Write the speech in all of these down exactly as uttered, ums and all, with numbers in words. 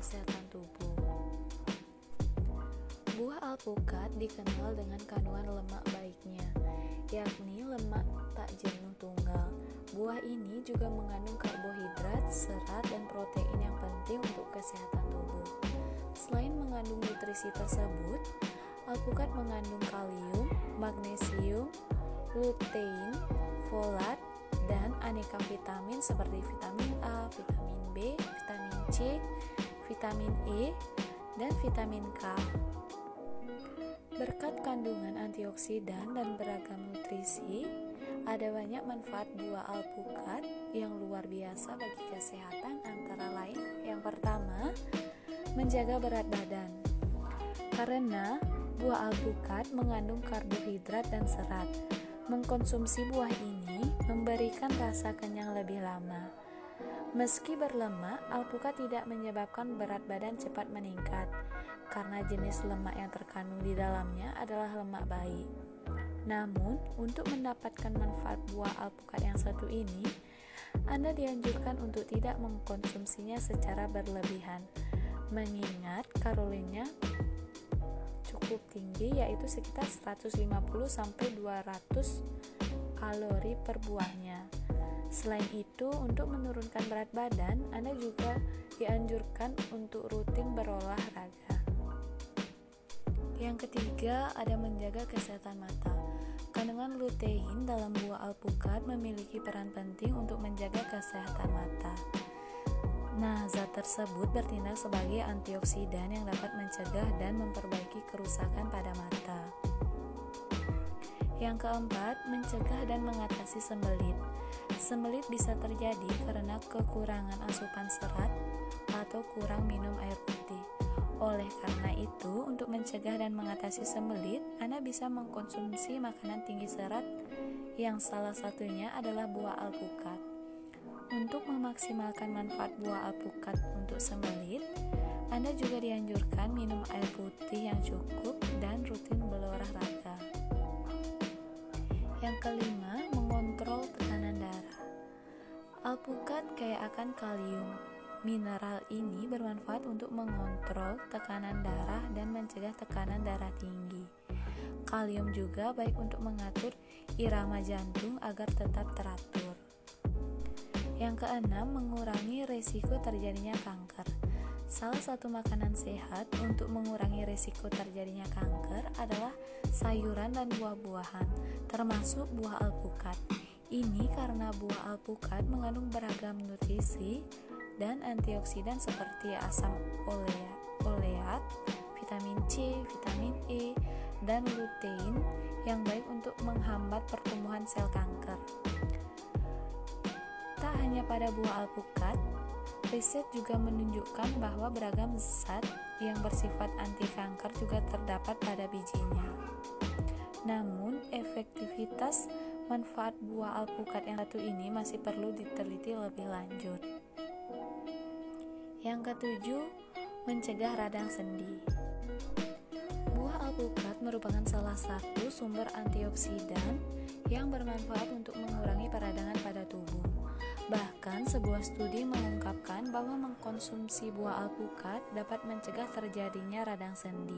kesehatan tubuh. Buah alpukat dikenal dengan kandungan lemak baiknya, yakni lemak tak jenuh tunggal. Buah ini juga mengandung karbohidrat, serat, dan protein yang penting untuk kesehatan tubuh. Selain mengandung nutrisi tersebut, alpukat mengandung kalium, magnesium, lutein, folat, dan aneka vitamin seperti vitamin A, vitamin B, vitamin C, vitamin E, dan vitamin K. Berkat kandungan antioksidan dan beragam nutrisi, ada banyak manfaat buah alpukat yang luar biasa bagi kesehatan, antara lain yang pertama, menjaga berat badan. Karena buah alpukat mengandung karbohidrat dan serat, mengkonsumsi buah ini memberikan rasa kenyang lebih lama. Meski berlemak, alpukat tidak menyebabkan berat badan cepat meningkat, karena jenis lemak yang terkandung di dalamnya adalah lemak baik. Namun, untuk mendapatkan manfaat buah alpukat yang satu ini, Anda dianjurkan untuk tidak mengkonsumsinya secara berlebihan, mengingat kalorinya cukup tinggi, yaitu sekitar seratus lima puluh sampai dua ratus kalori per buahnya. Selain itu, untuk menurunkan berat badan, Anda juga dianjurkan untuk rutin berolahraga. Yang ketiga, ada menjaga kesehatan mata. Kandungan lutein dalam buah alpukat memiliki peran penting untuk menjaga kesehatan mata. Nah, zat tersebut bertindak sebagai antioksidan yang dapat mencegah dan memperbaiki kerusakan pada mata. Yang keempat, mencegah dan mengatasi sembelit. Sembelit bisa terjadi karena kekurangan asupan serat atau kurang minum air putih. Oleh karena itu, untuk mencegah dan mengatasi sembelit, Anda bisa mengkonsumsi makanan tinggi serat yang salah satunya adalah buah alpukat. Untuk memaksimalkan manfaat buah alpukat untuk sembelit, Anda juga dianjurkan minum air putih yang cukup dan rutin berolahraga. Yang kelima, mengontrol tekanan darah. Alpukat kaya akan kalium. Mineral ini bermanfaat untuk mengontrol tekanan darah dan mencegah tekanan darah tinggi. Kalium juga baik untuk mengatur irama jantung agar tetap teratur. Yang keenam, mengurangi risiko terjadinya kanker. Salah satu makanan sehat untuk mengurangi risiko terjadinya kanker adalah sayuran dan buah-buahan, termasuk buah alpukat. Ini karena buah alpukat mengandung beragam nutrisi dan antioksidan seperti asam olea, oleat, vitamin C, vitamin E, dan lutein yang baik untuk menghambat pertumbuhan sel kanker. Tak hanya pada buah alpukat, riset juga menunjukkan bahwa beragam zat yang bersifat anti kanker juga terdapat pada bijinya. Namun, efektivitas manfaat buah alpukat yang satu ini masih perlu diteliti lebih lanjut. Yang ketujuh, mencegah radang sendi. Buah alpukat merupakan salah satu sumber antioksidan yang bermanfaat untuk mengurangi peradangan pada tubuh. Bahkan sebuah studi mengungkapkan bahwa mengkonsumsi buah alpukat dapat mencegah terjadinya radang sendi.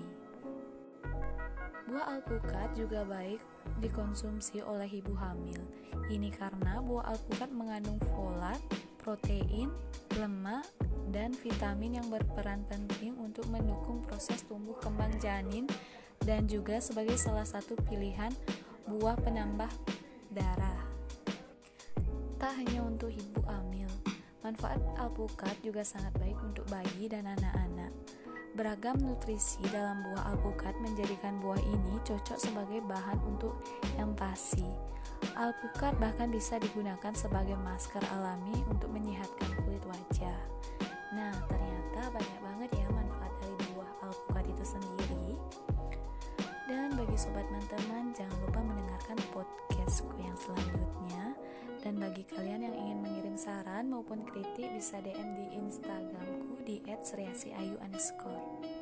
Buah alpukat juga baik dikonsumsi oleh ibu hamil. Ini karena buah alpukat mengandung folat, protein, lemak, dan vitamin yang berperan penting untuk mendukung proses tumbuh kembang janin dan juga sebagai salah satu pilihan buah penambah darah. Tak hanya untuk ibu hamil, manfaat alpukat juga sangat baik untuk bayi dan anak-anak. Beragam nutrisi dalam buah alpukat menjadikan buah ini cocok sebagai bahan untuk empasi. Alpukat bahkan bisa digunakan sebagai masker alami untuk menyehatkan kulit wajah. Nah, ternyata banyak banget ya manfaat dari buah alpukat itu sendiri. Dan bagi sobat manteman, jangan lupa mendengarkan podcastku yang selanjutnya. Dan bagi kalian yang ingin mengirim saran maupun kritik, bisa D M di Instagramku di et sriasiayu underscore.